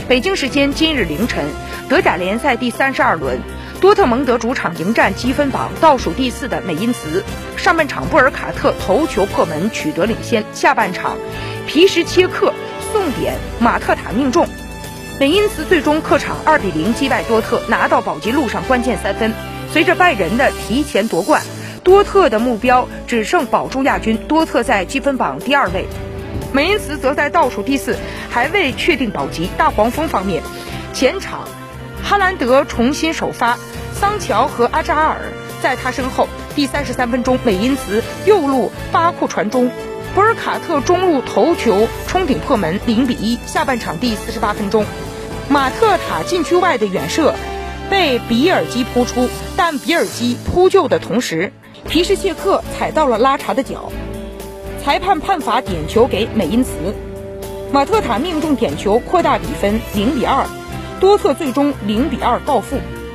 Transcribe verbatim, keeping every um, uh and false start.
北京时间今日凌晨，德甲联赛第三十二轮，多特蒙德主场迎战积分榜倒数第四的美因茨。上半场布尔卡特头球破门取得领先，下半场皮什切克送点，马特塔命中。美因茨最终客场二比零击败多特，拿到保级路上关键三分。随着拜仁的提前夺冠，多特的目标只剩保住亚军，多特在积分榜第二位。美因茨则在倒数第四，还未确定保级。大黄蜂方面，前场哈兰德重新首发，桑乔和阿扎尔在他身后。第三十三分钟，美因茨右路巴库传中，博尔卡特中路头球冲顶破门，零比一。下半场第四十八分钟，马特塔禁区外的远射被比尔基扑出，但比尔基扑救的同时，皮什切克踩到了拉查的脚，裁判判罚点球给美因茨，马特塔命中点球扩大比分零比二，多特最终零比二告负。